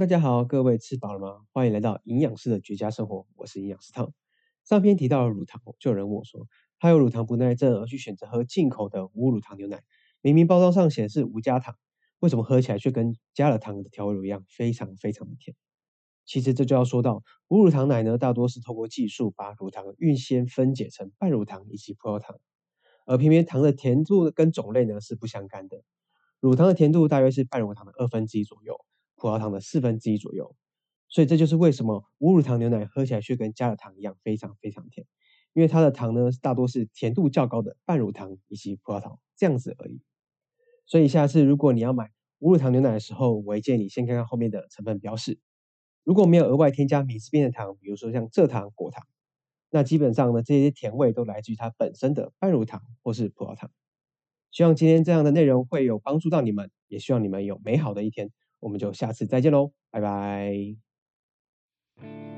大家好，各位吃饱了吗？欢迎来到营养师的绝佳生活，我是营养师汤。上篇提到了乳糖，就有人问我说，他有乳糖不耐症而去选择喝进口的无乳糖牛奶，明明包装上显示无加糖，为什么喝起来却跟加了糖的调味乳一样，非常非常的甜？其实这就要说到，无乳糖奶呢，大多是透过技术把乳糖预先分解成半乳糖以及葡萄糖，而偏偏糖的甜度跟种类呢是不相干的。乳糖的甜度大约是半乳糖的1/2左右，葡萄糖的1/4左右。所以这就是为什么无乳糖牛奶喝起来却跟加了糖一样非常非常甜，因为它的糖呢大多是甜度较高的半乳糖以及葡萄糖这样子而已。所以下次如果你要买无乳糖牛奶的时候，我会建议你先看看后面的成分标示，如果没有额外添加米字边的糖，比如说像蔗糖、果糖，那基本上呢这些甜味都来自于它本身的半乳糖或是葡萄糖。希望今天这样的内容会有帮助到你们，也希望你们有美好的一天。我们就下次再见喽，拜拜。